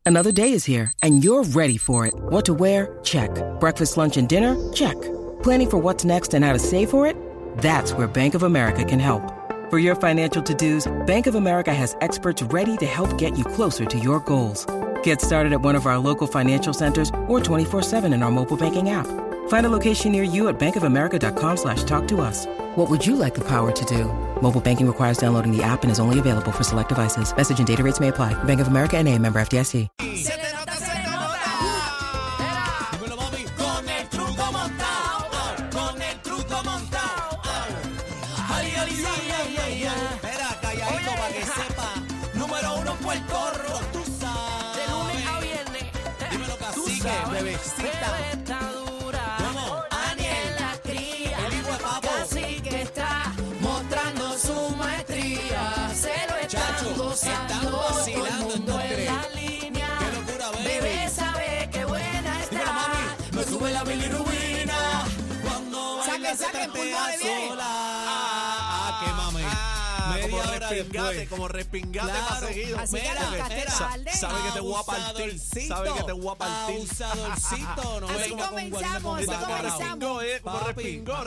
Another day is here, and you're ready for it. What to wear? Check. Breakfast, lunch, and dinner? Check. Planning for what's next and how to save for it? That's where Bank of America can help. For your financial to-dos, Bank of America has experts ready to help get you closer to your goals. Get started at one of our local financial centers or 24/7 in our mobile banking app. Find a location near you at bankofamerica.com/talktous. What would you like the power to do? Mobile banking requires downloading the app and is only available for select devices. Message and data rates may apply. Bank of America N.A., member FDIC. Se te nota, se te nota. Dímelo, mami. Con el truco montado. Con el truco montado. Ay, ay, ay, ay, ay, ay. Espera, calladito para que sepa. Número 1 en Puerto Rico, tú sabes. De lunes a viernes. Dímelo, cacique, bebecita. Bebé está dura. ¿Cómo? Aniel la cría. El hijo de papo. Cacique está mostrando su maestría. Se lo están gozando. Vacilando en dos tres. Bebé sabe que buena está. Dímelo, mami. Me sube la bilirrubina cuando baila se tratea sola. Qué mami. Media hora después. Como respingate más seguido. Así que arrancaste tarde. Sabe que te voy a partir. Sabe que te voy a partir. Abusadorcito. No Así comenzamos, así comenzamos. Como respingó.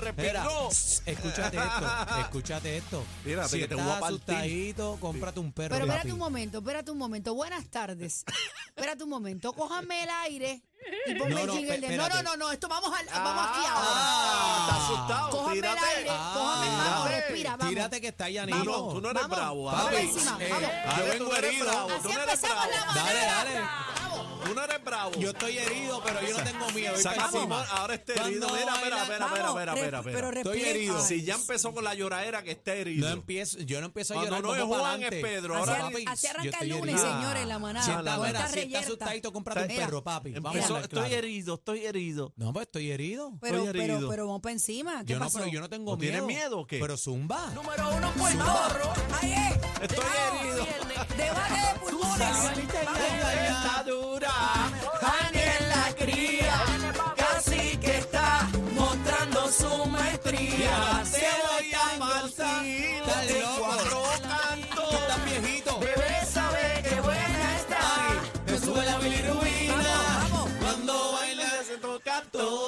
Escúchate esto. Mírate Si que te estás voy a partir. asustadito, cómprate un perro. Pero papi. espérate un momento. Buenas tardes. Espérate un momento. Cójame el aire y ponme No, el no, jingle de... espérate. No. Esto vamos aquí ahora. Está asustado. Cójame el Tírate. aire. Cójame, vamos, respira, vamos. Tírate que está Yanito. Tú no eres Vamos. bravo. Vamos Ale. encima, vamos. Yo vengo herido. Así empezamos la manera. Dale. Tú no eres bravo. Yo estoy herido, pero yo no tengo miedo. Voy Saca para encima. Simón, ahora esté herido. Cuando Mira, baila- espera. Pero Estoy respira. herido. Si ya empezó con la lloradera, que esté herido. Yo no empiezo a Cuando llorar. no es vamos para Juan, es adelante. Pedro. Así, Ahora papi, así yo arranca estoy el lunes, herido. señores, la manada. Si estás, Con mira, esta si estás reyerta. asustadito, cómprate un Mira. perro, papi. Vamos a Empezó, hablar estoy claro. herido. No, pues estoy herido. Pero herido. vamos para encima. ¿Qué Yo no, pasó? pero yo no tengo ¿No miedo. tienes miedo o qué? Pero zumba. Número 1 Puerto. Ahí es. Estoy herido. Debate de pulmones. Está dura. Daniel la cría. Casi que está mostrando su maestría. Se voy a partir. Estás loco. Cuatro cantos. Tú estás viejito. Bebé sabe que buena está. Me sube la bilirrubina. Vamos. Cuando baila Se toca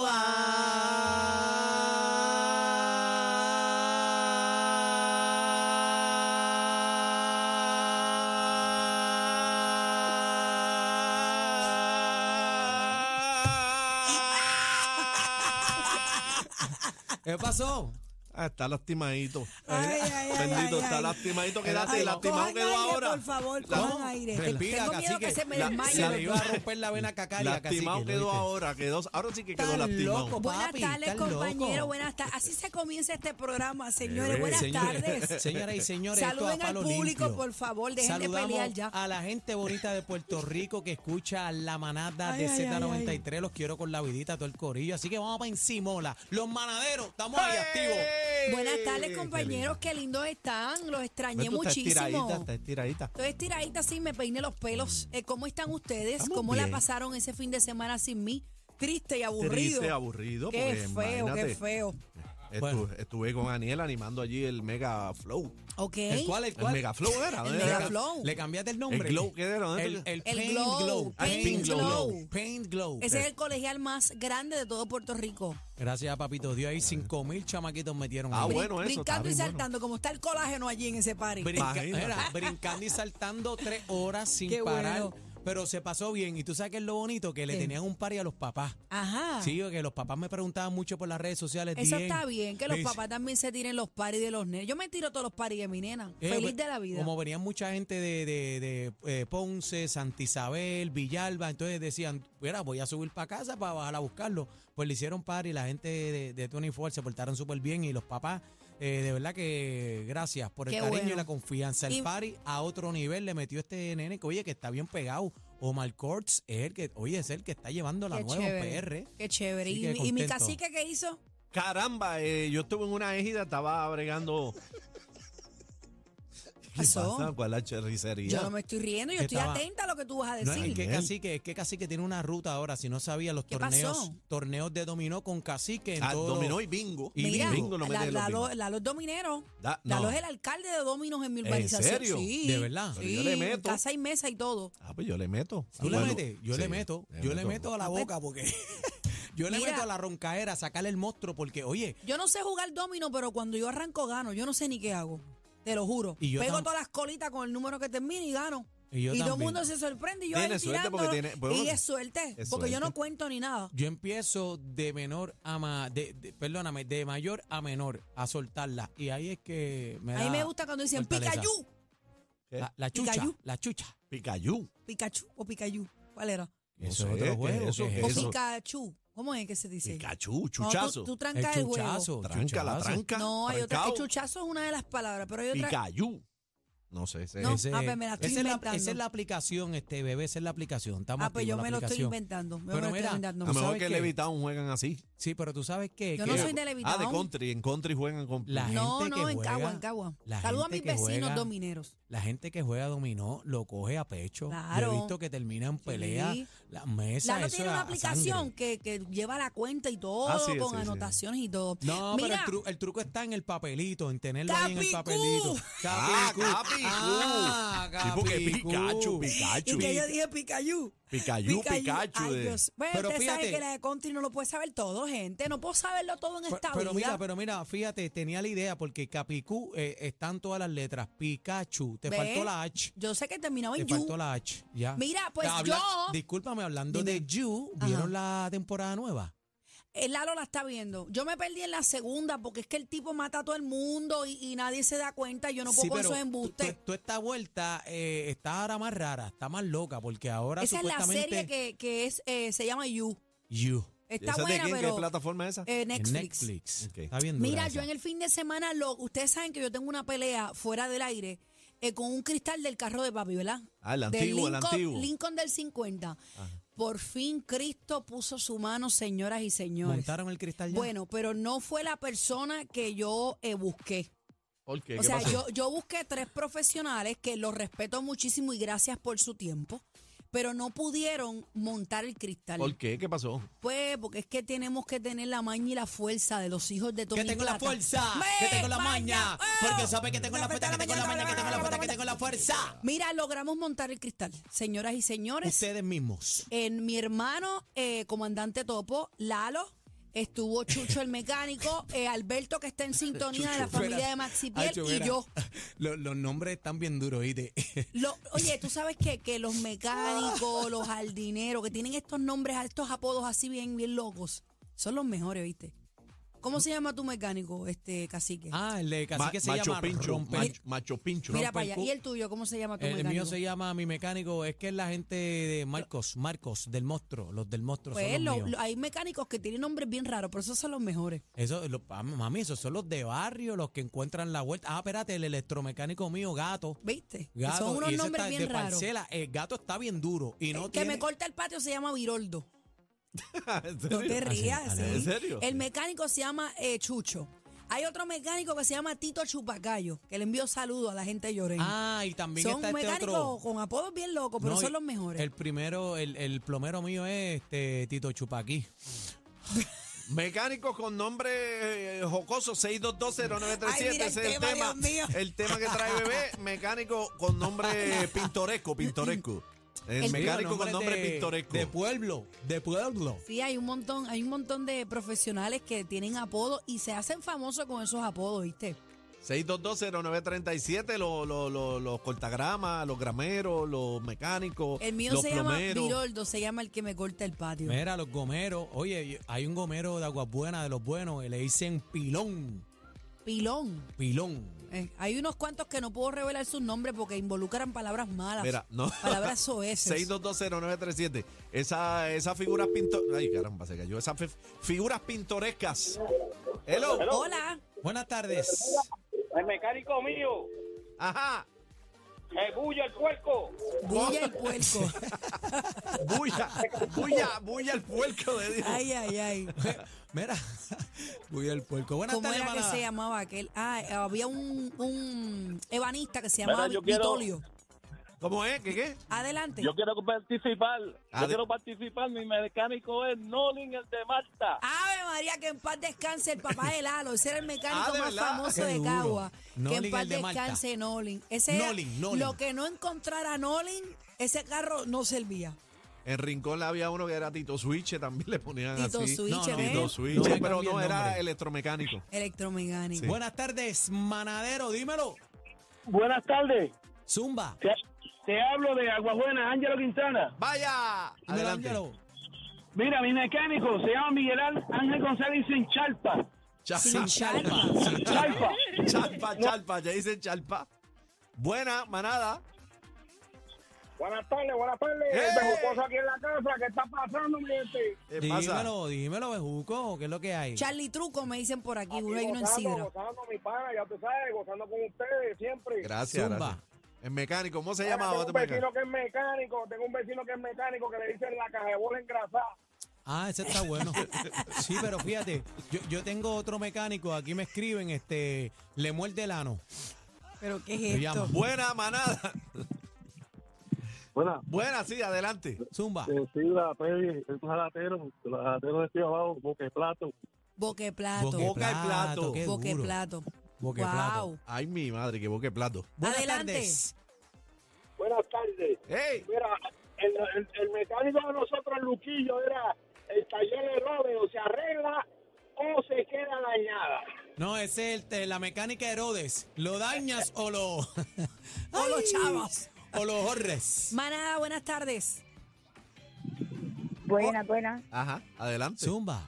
¿Qué pasó? Está lastimadito. Ay, Bendito, ay, está ay. lastimadito. Quédate, Ay, lastimado Cojan quedó aire, ahora. por favor, La- cojan aire. Respira, Tengo miedo que cacique. se me La- desmaye. Se le iba a romper la vena cacaria, Lastimado cacique, quedó ¿lo viste? ahora. Ahora sí que quedó Estás lastimado. loco, Buenas papi, tardes, estás compañeros. loco. Buenas tardes. Así se comienza este programa, señores. Buenas Señores, tardes. Señoras y señores, esto Saluden a al palo público, limpio. por favor. Dejen de Saludamos pelear ya. a la gente bonita de Puerto Rico que escucha la manada de Ay, ay, Z93. Los quiero con la vidita, todo el corillo. Así que vamos para encima. Los manaderos, estamos ahí activos. Buenas tardes, compañeros. Qué lindos están. Los extrañé Tú estás muchísimo. estás estiradita. Estoy estiradita así, me peiné los pelos. ¿Cómo están ustedes? Estamos ¿Cómo la bien. pasaron ese fin de semana sin mí? Triste y aburrido. Triste, aburrido. Qué porque feo, imagínate, qué feo. Bueno. Estuve con Aniel animando allí el Mega Flow. Ok. ¿El cuál? ¿El El cuál? Mega Flow era. El ¿no? Mega Flow. ¿Le cambiaste el nombre? El Glow, ¿qué era? El El Paint Glow, Glow. Paint Glow. Paint Glow. Ese es el colegial más grande de todo Puerto Rico. Gracias, papito Dios. Ahí 5,000 chamaquitos metieron Ah, ahí. bueno, eso. Brincando y está bien saltando, como está el colágeno allí en ese party. Brinca- Imagínate. mira, brincando y saltando 3 horas sin Qué parar. bueno. Pero se pasó bien. Y tú sabes que es lo bonito, que le ¿Qué? tenían un party a los papás. Ajá. Sí, que los papás me preguntaban mucho por las redes sociales. Eso bien. está bien, que los Me papás también se tiren los paris de los nenes. Yo me tiro todos los paris de mi nena. Eh, Feliz pues, de la vida. Como venían mucha gente de Ponce, Santa Isabel, Villalba, entonces decían, mira, voy a subir para casa para bajar a buscarlo. Pues le hicieron party, la gente de 24 se portaron súper bien y los papás, de verdad que gracias por el Qué cariño bueno. y la confianza. El Y- party a otro nivel le metió este nene que, oye, que está bien pegado. Omar Courts es el que, oye, es el que está llevando la Qué nueva chévere. PR. Qué chévere. Así ¿Y, que y mi contento. cacique qué hizo? Caramba, yo estuve en una égida, estaba bregando. ¿Qué pasó? pasa? ¿Cuál es la chorricería? Yo no me estoy riendo, yo ¿Qué estoy estaba? atenta a lo que tú vas a No, decir. es que Cacique tiene una ruta ahora. Si no sabía, los ¿Qué pasó? torneos de dominó con Cacique en Ah, todo. dominó y bingo. Y Mira, bingo no mete los bingos. Lalo es dominero. No. Lalo es el alcalde de Dominos en mi ¿En urbanización. serio? Sí. ¿De verdad? Pero Sí, yo le meto. casa y mesa y todo. Ah, pues yo le meto. ¿Tú le Bueno, metes? Yo sí, le meto. Yo le meto a la boca porque yo le Mira. meto a la roncaera a sacarle el monstruo porque, oye, Yo no sé jugar domino, pero cuando yo arranco gano. Yo no sé ni qué hago. Te lo juro. Y yo Pego tam- todas las colitas con el número que termine y gano. Y yo todo el también. mundo se sorprende y yo Tiene ahí suerte tirando. porque tiene- bueno, y es suerte. es Porque yo no suerte. cuento ni nada. yo empiezo de menor a perdóname, de mayor a menor a soltarla. Y ahí es que me da A mí me gusta cuando dicen fortaleza. Pikachu. La chucha, Picayú. la chucha. Picayú. Pikachu o Pikachu. ¿Cuál era? No Eso sé, es otro ¿qué juego. es eso? ¿qué ¿Qué es O eso? Pikachu. ¿Cómo es que se dice? Pikachu, No, chuchazo. tú El trancas el juego. chuchazo. Tranca, la chuchazo. tranca. No, hay otra. El trancao. chuchazo es una de las palabras, pero hay otra. Picayú. No sé. ese- No. Ese- Ah, pues me la estoy esa es inventando. esa es la aplicación, bebé, esa es la aplicación. Estamos Ah, pues yo activos, la me lo estoy aplicación. inventando. Yo me Pero lo estoy mira, inventando. A lo mejor ¿sabes que qué? Levitown juegan así. Sí, pero tú sabes qué. Yo que no soy de Ah, de Levitown. country. En country juegan con... La No, gente no, que en juega- Cagua, en Cagua. la Saludos a mis gente que vecinos juega- domineros. La gente que juega dominó lo coge a pecho. Claro. Yo he visto que termina en pelea. Sí. Las mesas, Lalo eso tiene es una a aplicación sangre. que lleva la cuenta y todo, Ah, sí, con sí, sí. anotaciones y todo. No, Mira, pero el truco está en el papelito, en tenerlo ahí en el ¡Capicú! papelito. Ah, Capicú. Ah, Sí, porque Capicú. Pikachu, y Pikachu. que yo dije Pikachu. Pikachu, Pikachu. Ay, de- Dios. Bueno, Pero usted sabe fíjate- que la de country no lo puede saber todo, gente. No puedo saberlo todo en esta Pero vida. mira, fíjate, tenía la idea porque Capicú están todas las letras. Pikachu, te ¿Ve? faltó la H. Yo sé que terminaba Te en you. faltó la H, ya. Mira, pues Discúlpame, hablando Dime. de You, Ajá. ¿vieron la temporada nueva? El Lalo la está viendo. Yo me perdí en la segunda porque es que el tipo mata a todo el mundo y nadie se da cuenta. Yo no puedo Sí, con pero esos embustes. tú esta vuelta está ahora más rara, está más loca porque ahora Esa es la supuestamente serie que es, se llama You. You. Está ¿Esa de buena, quién? ¿Qué pero plataforma es esa? En Netflix. Netflix. Ok. Está bien dura Mira, esa. yo en el fin de semana, ustedes saben que yo tengo una pelea fuera del aire con un cristal del carro de papi, ¿verdad? Ah, el Del antiguo, el Lincoln, antiguo. Lincoln del 50. Por fin Cristo puso su mano, señoras y señores. ¿Montaron el cristal ya? Bueno, pero no fue la persona que yo busqué. ¿Por qué? O ¿Qué sea, pasó? yo busqué 3 profesionales que los respeto muchísimo y gracias por su tiempo, pero no pudieron montar el cristal. ¿Por qué? ¿Qué pasó? Pues porque es que tenemos que tener la maña y la fuerza de los hijos de Tony Que tengo la Plata. fuerza, ¡Ve, que tengo la maña, porque sabe que tengo la fuerza, fuerza, que tengo la maña, que tengo la fuerza, que tengo la fuerza. Mira, logramos montar el cristal. Señoras y señores, Ustedes mismos. en mi hermano, comandante Topo, Lalo, estuvo Chucho el mecánico, Alberto que está en sintonía de la familia de Maxi Piel Hacho, y mira, yo. Los nombres están bien duros, ¿viste? Oye, tú sabes que los mecánicos, los jardineros, que tienen estos nombres, estos apodos así bien, bien locos, son los mejores, ¿viste? ¿Cómo se llama tu mecánico, cacique? El de Cacique se Macho llama Pincho. Rompe- Macho Pincho. Mira rompe para el allá. cu- ¿Y el tuyo? ¿Cómo se llama tu El mecánico? mío se llama, mi mecánico, es que es la gente de Marcos, del monstruo, los del monstruo Pues son los míos. hay mecánicos que tienen nombres bien raros, pero esos son los mejores. Mami, esos son los de barrio, los que encuentran la vuelta. Espérate, el electromecánico mío, Gato. ¿Viste? Gato, Son unos y ese nombres está bien de raros. parcela. El Gato está bien duro y no El que tiene... me corta el patio se llama Viroldo. ¿En No serio? te rías, sí. ¿En serio? El mecánico se llama Chucho. Hay otro mecánico que se llama Tito Chupacayo, que le envió saludos a la gente de Llorén. Y también Son está este mecánicos otro... con apodos bien locos, pero No, son los mejores. El primero, el plomero mío es Tito Chupaquí. Mecánicos con nombre jocoso, 6220937. Ay, mira el Ese es el tema, tema. Dios mío. El tema que trae bebé. Mecánico con nombre pintoresco. El El- mecánico con Nombres nombre pintoresco. De pueblo. Sí, hay un montón de profesionales que tienen apodos y se hacen famosos con esos apodos, ¿viste? 6220937, los cortagramas, los grameros, los mecánicos, El mío los se llama plomeros. Viroldo, se llama el que me corta el patio. Mira, los gomeros. Oye, hay un gomero de Aguas Buenas, de los buenos, y le dicen Pilón. Pilón. Pilón. Hay unos cuantos que no puedo revelar sus nombres porque involucran palabras malas. Mira, no. Palabras soeces. 6220937. Esas figuras Ay, caramba, se cayó. Esas figuras pintorescas. Hello. Hola. Buenas tardes. El mecánico mío, Ajá. el bullo, el puerco. Bulla el puerco. Bulla el puerco de Dios. Ay, ay, ay. Mira, voy al puerco. Buenas ¿Cómo tardes, era que manada. se llamaba aquel? Había un ebanista que se llamaba Mira, yo quiero- Vitolio. ¿Cómo es? ¿Qué? Adelante. Yo quiero participar. Ah, Yo quiero participar. Mi mecánico es Nolin, el de Malta. Ave María, que en paz descanse el papá de Lalo. Ese era el mecánico ¿de más verdad? famoso Qué de duro. Cagua. Que Nolin, en paz el de Malta. descanse Nolin. Ese era Nolin. lo que no encontrara Nolin, ese carro no servía. En Rincón había uno que era Tito Switch, también le ponían Tito así. Switch, No, no, ¿ves? Tito Switch, No me pero cambie no el era nombre. electromecánico. Electromecánico. Sí. Buenas tardes, manadero, dímelo. Buenas tardes. Zumba. Te hablo de Aguabuena, Ángelo Quintana. ¡Vaya! Dímelo, Adelante. Ángelo. Mira, mi mecánico se llama Miguel Ángel González sin Charpa. Sin charpa. Charpa. Chalpa, ya dicen chalpa. Buena, manada. Buenas tardes, buenas tardes. ¡Eh! Bejucoso aquí en la casa. ¿Qué está pasando, mi gente? ¿Qué pasa? Dímelo, Bejuco. ¿Qué es lo que hay? Charlie Truco me dicen por aquí. Uno hay uno en gozando, Sidra. gozando, mi pana, ya tú sabes, gozando con ustedes siempre. Gracias, Zumba. gracias. El mecánico, ¿cómo se Mira, llamaba tengo tu un vecino mecánico? que es mecánico, tengo un vecino que es mecánico que le dicen la caja de bola engrasada. Ah, ese está bueno. Sí, pero fíjate, yo tengo otro mecánico, aquí me escriben, le muerde el ano. ¿Pero qué Me es llama. esto? Buena, manada. Bueno, Buena, sí, adelante. Zumba. sí, la Pevi, es un jalatero de este abajo, boque plato. Boqueplato. Boca de plato. qué duro. Boqueplato. Boqueplato. Wow. Ay, mi madre, qué boque plato. Buenas Adelante. tardes. Buenas tardes. ¡Ey! Mira, el mecánico de nosotros, el Luquillo, era el taller de Robert, o se arregla o se queda dañada. No, ese es la mecánica de Herodes. ¿Lo dañas o lo O los chavos. o lo horres? Manada, buenas tardes. Buenas, buenas. Ajá, adelante. Zumba.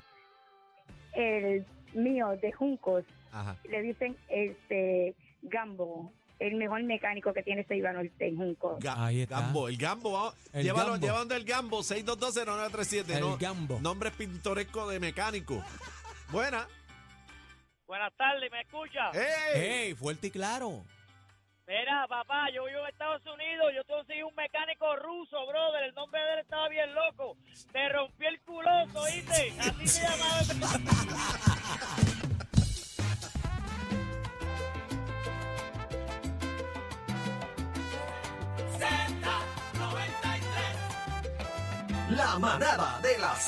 El mío de Juncos Ajá. le dicen Gambo, el mejor mecánico que tiene ese Iván en Juncos. Ahí está. Gambo, el Gambo, vamos. El Llévalo, Gambo. llevando el Gambo, 6220937. El ¿no? Gambo. Nombre pintoresco de mecánico. Buena. Buenas tardes, ¿me escucha? ¡Ey! ¡Ey! Fuerte y claro. Mira, papá, yo vivo en Estados Unidos, yo conseguí un mecánico ruso, brother, el nombre de él estaba bien loco. Me rompió el culoso, ¿oíste? Así se llamaba el La manada de la